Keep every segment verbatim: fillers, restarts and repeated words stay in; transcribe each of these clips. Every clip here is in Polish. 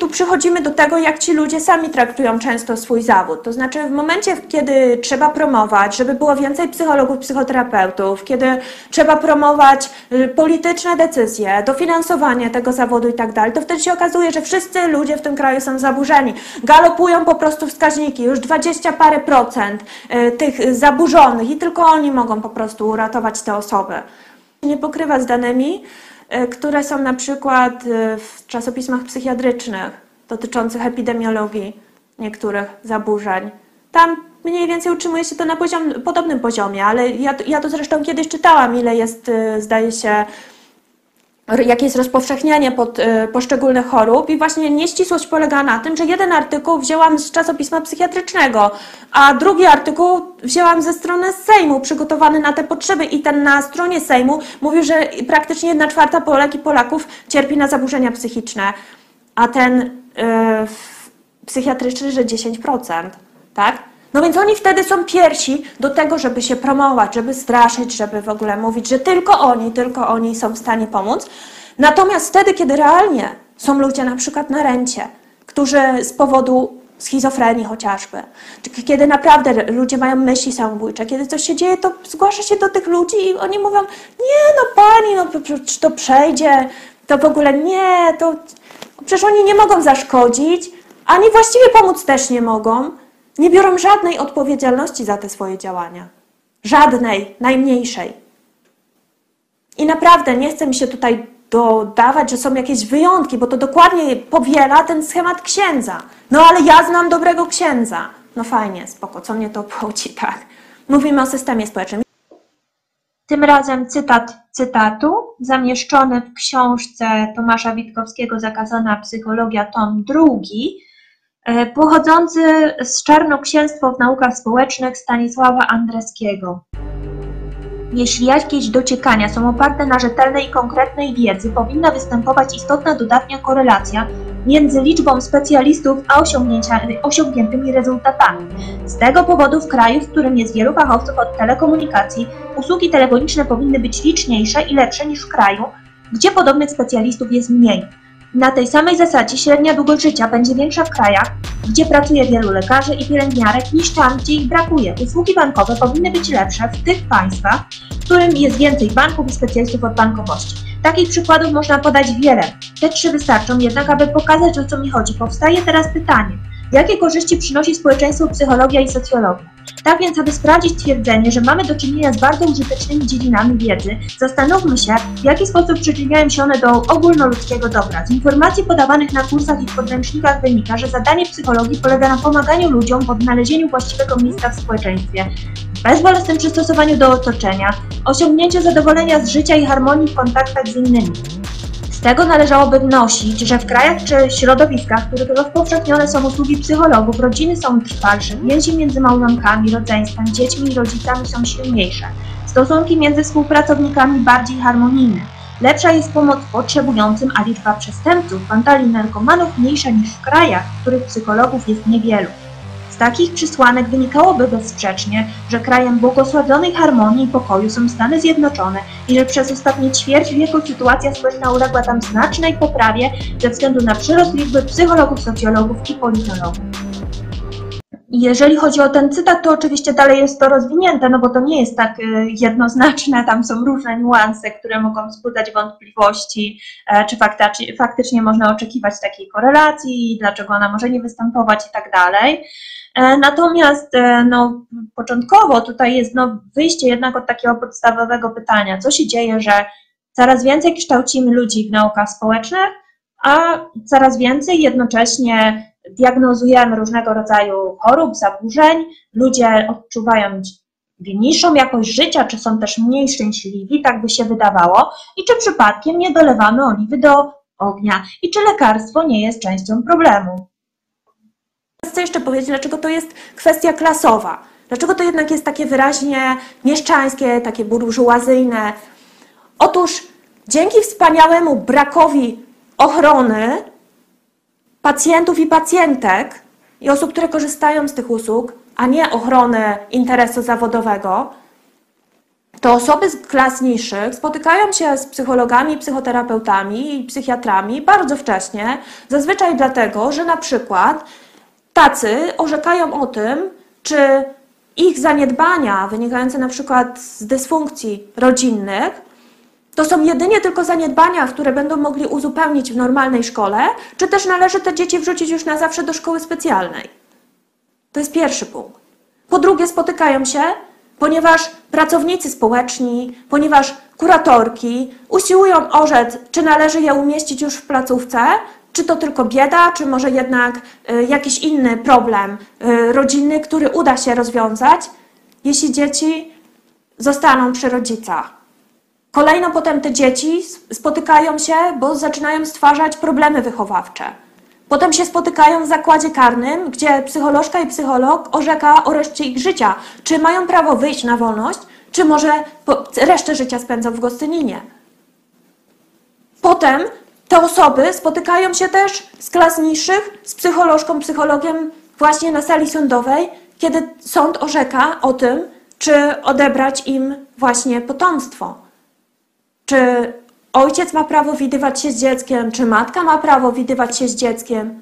tu przychodzimy do tego, jak ci ludzie sami traktują często swój zawód. To znaczy w momencie, kiedy trzeba promować, żeby było więcej psychologów, psychoterapeutów, kiedy trzeba promować polityczne decyzje, dofinansowanie tego zawodu i tak dalej, to wtedy się okazuje, że wszyscy ludzie w tym kraju są zaburzeni. Galopują po prostu wskaźniki, już dwadzieścia parę procent tych zaburzonych i tylko oni mogą po prostu uratować te osoby. Nie pokrywa z danymi, które są na przykład w czasopismach psychiatrycznych dotyczących epidemiologii niektórych zaburzeń. Tam mniej więcej utrzymuje się to na poziom, podobnym poziomie, ale ja, ja to zresztą kiedyś czytałam, ile jest, zdaje się, jakie jest rozpowszechnianie pod, y, poszczególnych chorób i właśnie nieścisłość polega na tym, że jeden artykuł wzięłam z czasopisma psychiatrycznego, a drugi artykuł wzięłam ze strony Sejmu, przygotowany na te potrzeby i ten na stronie Sejmu mówił, że praktycznie jedna czwarta Polek i Polaków cierpi na zaburzenia psychiczne, a ten y, psychiatryczny, że dziesięć procent, tak? No więc oni wtedy są pierwsi do tego, żeby się promować, żeby straszyć, żeby w ogóle mówić, że tylko oni, tylko oni są w stanie pomóc. Natomiast wtedy, kiedy realnie są ludzie na przykład na rencie, którzy z powodu schizofrenii chociażby, czy kiedy naprawdę ludzie mają myśli samobójcze, kiedy coś się dzieje, to zgłasza się do tych ludzi i oni mówią, nie no pani, no przecież to przejdzie, to w ogóle nie, to przecież oni nie mogą zaszkodzić, ani właściwie pomóc też nie mogą. Nie biorą żadnej odpowiedzialności za te swoje działania. Żadnej, najmniejszej. I naprawdę nie chcę mi się tutaj dodawać, że są jakieś wyjątki, bo to dokładnie powiela ten schemat księdza. No ale ja znam dobrego księdza. No fajnie, spoko, co mnie to obchodzi, tak? Mówimy o systemie społecznym. Tym razem cytat cytatu, zamieszczony w książce Tomasza Witkowskiego Zakazana psychologia, tom drugi, pochodzący z Czarnoksięstwo w naukach społecznych Stanisława Andreskiego. Jeśli jakieś dociekania są oparte na rzetelnej i konkretnej wiedzy, powinna występować istotna dodatnia korelacja między liczbą specjalistów a osiągniętymi rezultatami. Z tego powodu w kraju, w którym jest wielu fachowców od telekomunikacji, usługi telefoniczne powinny być liczniejsze i lepsze niż w kraju, gdzie podobnych specjalistów jest mniej. Na tej samej zasadzie średnia długość życia będzie większa w krajach, gdzie pracuje wielu lekarzy i pielęgniarek, niż tam, gdzie ich brakuje. Usługi bankowe powinny być lepsze w tych państwach, w którym jest więcej banków i specjalistów od bankowości. Takich przykładów można podać wiele. Te trzy wystarczą jednak, aby pokazać, o co mi chodzi. Powstaje teraz pytanie, jakie korzyści przynosi społeczeństwu psychologia i socjologia? Tak więc, aby sprawdzić twierdzenie, że mamy do czynienia z bardzo użytecznymi dziedzinami wiedzy, zastanówmy się, w jaki sposób przyczyniają się one do ogólnoludzkiego dobra. Z informacji podawanych na kursach i w podręcznikach wynika, że zadanie psychologii polega na pomaganiu ludziom w odnalezieniu właściwego miejsca w społeczeństwie, bezbolesnym przystosowaniu do otoczenia, osiągnięciu zadowolenia z życia i harmonii w kontaktach z innymi. Z tego należałoby wnosić, że w krajach czy środowiskach, w których rozpowszechnione są usługi psychologów, rodziny są trwalsze, więzi między małżonkami, rodzeństwem, dziećmi i rodzicami są silniejsze, stosunki między współpracownikami bardziej harmonijne. Lepsza jest pomoc potrzebującym, a liczba przestępców, wandali i narkomanów mniejsza niż w krajach, w których psychologów jest niewielu. Z takich przesłanek wynikałoby bezsprzecznie, że krajem błogosławionej harmonii i pokoju są Stany Zjednoczone i że przez ostatnie ćwierć wieku sytuacja społeczna uległa tam znacznej poprawie ze względu na przyrost liczby psychologów, socjologów i politologów. Jeżeli chodzi o ten cytat, to oczywiście dalej jest to rozwinięte, no bo to nie jest tak jednoznaczne, tam są różne niuanse, które mogą wzbudzać wątpliwości, czy faktycznie można oczekiwać takiej korelacji, dlaczego ona może nie występować i tak dalej. Natomiast no, początkowo tutaj jest no, wyjście jednak od takiego podstawowego pytania, co się dzieje, że coraz więcej kształcimy ludzi w naukach społecznych, a coraz więcej jednocześnie diagnozujemy różnego rodzaju chorób, zaburzeń, ludzie odczuwają niższą jakość życia, czy są też mniej szczęśliwi, tak by się wydawało, i czy przypadkiem nie dolewamy oliwy do ognia, i czy lekarstwo nie jest częścią problemu. Chcę jeszcze powiedzieć, dlaczego to jest kwestia klasowa. Dlaczego to jednak jest takie wyraźnie mieszczańskie, takie burżuazyjne. Otóż dzięki wspaniałemu brakowi ochrony pacjentów i pacjentek i osób, które korzystają z tych usług, a nie ochrony interesu zawodowego, to osoby z klas niższych spotykają się z psychologami, psychoterapeutami i psychiatrami bardzo wcześnie, zazwyczaj dlatego, że na przykład tacy orzekają o tym, czy ich zaniedbania wynikające na przykład z dysfunkcji rodzinnych to są jedynie tylko zaniedbania, które będą mogli uzupełnić w normalnej szkole, czy też należy te dzieci wrzucić już na zawsze do szkoły specjalnej. To jest pierwszy punkt. Po drugie, spotykają się, ponieważ pracownicy społeczni, ponieważ kuratorki usiłują orzec, czy należy je umieścić już w placówce, czy to tylko bieda, czy może jednak y, jakiś inny problem y, rodzinny, który uda się rozwiązać, jeśli dzieci zostaną przy rodzicach. Kolejno potem te dzieci spotykają się, bo zaczynają stwarzać problemy wychowawcze. Potem się spotykają w zakładzie karnym, gdzie psycholożka i psycholog orzeka o reszcie ich życia. Czy mają prawo wyjść na wolność, czy może resztę życia spędzą w Gostyninie. Potem te osoby spotykają się też z klas niższych, z psycholożką, psychologiem właśnie na sali sądowej, kiedy sąd orzeka o tym, czy odebrać im właśnie potomstwo. Czy ojciec ma prawo widywać się z dzieckiem, czy matka ma prawo widywać się z dzieckiem.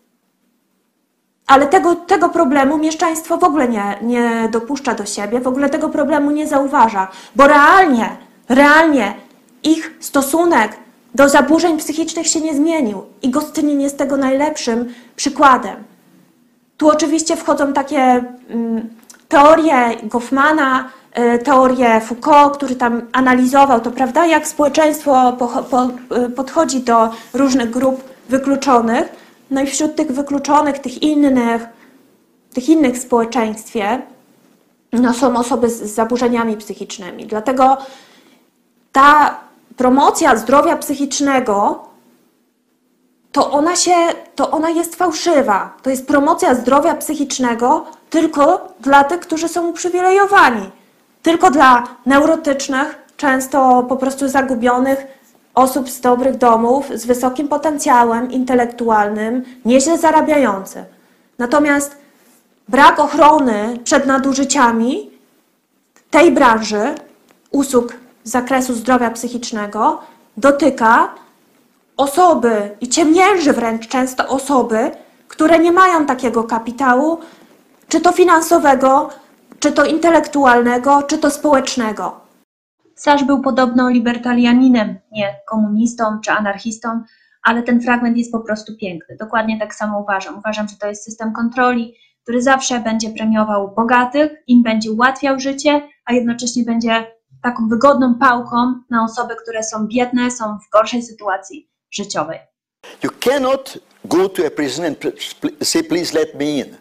Ale tego, tego problemu mieszczaństwo w ogóle nie, nie dopuszcza do siebie, w ogóle tego problemu nie zauważa, bo realnie, realnie ich stosunek do zaburzeń psychicznych się nie zmienił i Gostynin jest tego najlepszym przykładem. Tu oczywiście wchodzą takie mm, teorie Goffmana, teorię Foucault, który tam analizował to, prawda, jak społeczeństwo po, po, podchodzi do różnych grup wykluczonych. No i wśród tych wykluczonych, tych innych, tych innych w społeczeństwie no są osoby z, z zaburzeniami psychicznymi. Dlatego ta promocja zdrowia psychicznego to ona się, to ona jest fałszywa. To jest promocja zdrowia psychicznego tylko dla tych, którzy są uprzywilejowani. Tylko dla neurotycznych, często po prostu zagubionych osób z dobrych domów, z wysokim potencjałem intelektualnym, nieźle zarabiających. Natomiast brak ochrony przed nadużyciami tej branży usług z zakresu zdrowia psychicznego dotyka osoby i ciemięży wręcz często osoby, które nie mają takiego kapitału, czy to finansowego, czy to intelektualnego, czy to społecznego. Sasz był podobno libertarianinem, nie komunistą czy anarchistą, ale ten fragment jest po prostu piękny. Dokładnie tak samo uważam. Uważam, że to jest system kontroli, który zawsze będzie premiował bogatych, im będzie ułatwiał życie, a jednocześnie będzie taką wygodną pałką na osoby, które są biedne, są w gorszej sytuacji życiowej. You cannot go to a prison and say, please let me in.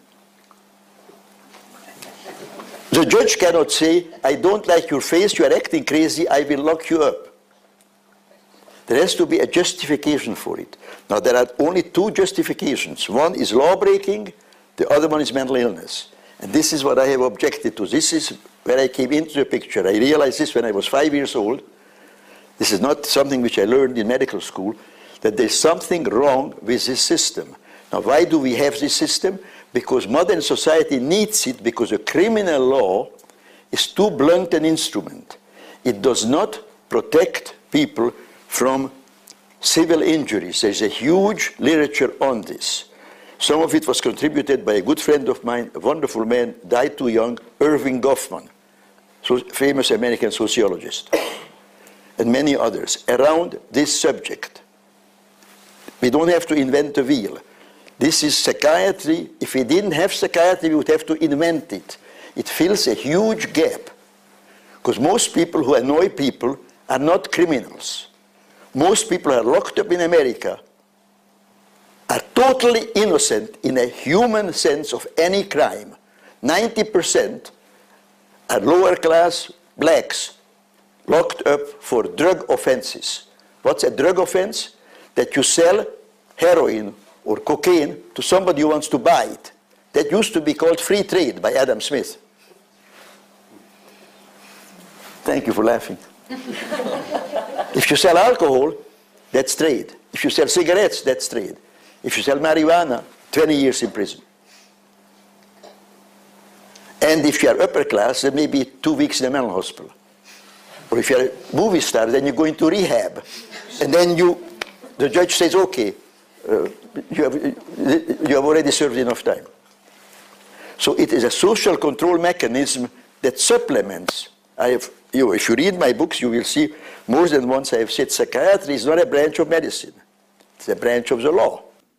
The judge cannot say, I don't like your face, you are acting crazy, I will lock you up. There has to be a justification for it. Now there are only two justifications. One is law breaking, the other one is mental illness. And this is what I have objected to. This is where I came into the picture. I realized this when I was five years old. This is not something which I learned in medical school, that there's something wrong with this system. Now why do we have this system? Because modern society needs it, because a criminal law is too blunt an instrument. It does not protect people from civil injuries. There's a huge literature on this. Some of it was contributed by a good friend of mine, a wonderful man, died too young, Irving Goffman, so famous American sociologist, and many others, around this subject. We don't have to invent the wheel. This is psychiatry. If we didn't have psychiatry, we would have to invent it. It fills a huge gap. Because most people who annoy people are not criminals. Most people who are locked up in America are totally innocent in a human sense of any crime. ninety percent are lower class blacks locked up for drug offenses. What's a drug offense? That you sell heroin or cocaine to somebody who wants to buy it. That used to be called free trade by Adam Smith. Thank you for laughing. If you sell alcohol, that's trade. If you sell cigarettes, that's trade. If you sell marijuana, twenty years in prison. And if you are upper class, then maybe two weeks in a mental hospital. or if you're a movie star, then you go into rehab. And then you, the judge says, okay, uh, you, have, you have already served enough time. So it is a social control mechanism that supplements. I have, you know, if you read my books, you will see more than once I have said psychiatry is not a branch of medicine. It's a branch of the law.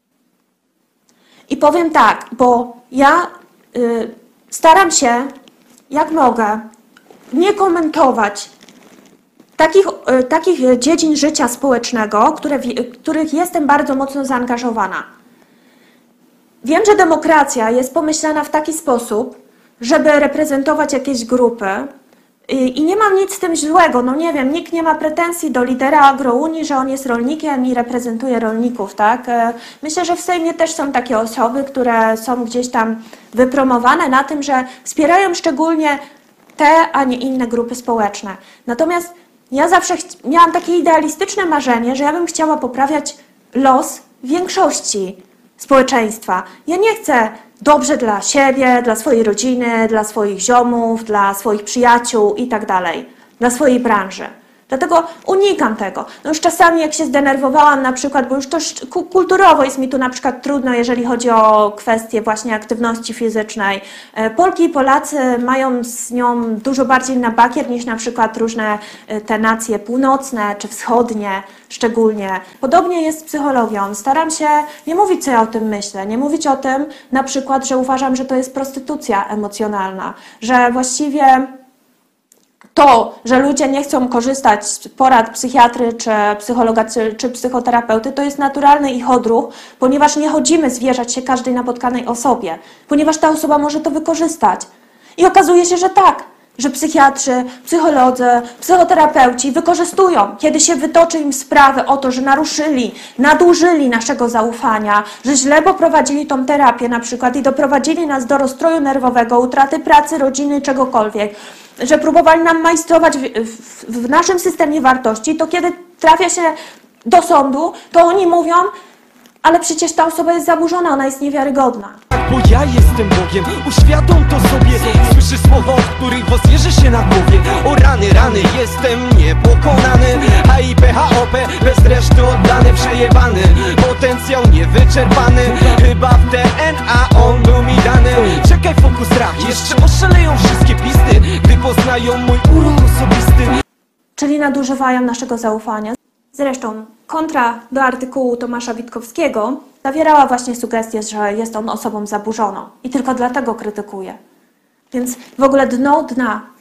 I powiem tak, bo ja y, staram się, jak mogę, nie komentować takich, y, takich dziedzin życia społecznego, które, w których jestem bardzo mocno zaangażowana. Wiem, że demokracja jest pomyślana w taki sposób, żeby reprezentować jakieś grupy i, i nie mam nic z tym złego. No nie wiem, nikt nie ma pretensji do lidera Agrounii, że on jest rolnikiem i reprezentuje rolników, tak? Myślę, że w Sejmie też są takie osoby, które są gdzieś tam wypromowane na tym, że wspierają szczególnie te, a nie inne grupy społeczne. Natomiast ja zawsze miałam takie idealistyczne marzenie, że ja bym chciała poprawiać los większości społeczeństwa. Ja nie chcę dobrze dla siebie, dla swojej rodziny, dla swoich ziomów, dla swoich przyjaciół i tak dalej, dla swojej branży. Dlatego unikam tego. No już czasami jak się zdenerwowałam na przykład, bo już to kulturowo jest mi tu na przykład trudno, jeżeli chodzi o kwestie właśnie aktywności fizycznej. Polki i Polacy mają z nią dużo bardziej na bakier niż na przykład różne te nacje północne czy wschodnie szczególnie. Podobnie jest z psychologią. Staram się nie mówić, co ja o tym myślę, nie mówić o tym na przykład, że uważam, że to jest prostytucja emocjonalna, że właściwie to, że ludzie nie chcą korzystać z porad psychiatry, czy psychologa, czy, czy psychoterapeuty, to jest naturalny ich odruch, ponieważ nie chodzimy zwierzać się każdej napotkanej osobie, ponieważ ta osoba może to wykorzystać. I okazuje się, że tak, że psychiatrzy, psycholodzy, psychoterapeuci wykorzystują, kiedy się wytoczy im sprawy o to, że naruszyli, nadużyli naszego zaufania, że źle poprowadzili tą terapię na przykład i doprowadzili nas do rozstroju nerwowego, utraty pracy, rodziny, czegokolwiek, że próbowali nam majstrować w, w, w naszym systemie wartości, to kiedy trafia się do sądu, to oni mówią, ale przecież ta osoba jest zaburzona, ona jest niewiarygodna. Bo ja jestem Bogiem, uświadom to sobie. Słyszysz słowa, od których rozjeży się na głowie. O rany, rany, jestem niepokonany. H I P, H O P, bez reszty oddany, przejebany. Potencjał niewyczerpany, chyba w D N A on był mi dany. Czekaj, fokus, strach, jeszcze oszaleją wszystkie pisty, gdy poznają mój urok osobisty. Czyli nadużywają naszego zaufania. Zresztą kontra do artykułu Tomasza Witkowskiego zawierała właśnie sugestię, że jest on osobą zaburzoną i tylko dlatego krytykuje. Więc w ogóle dno dna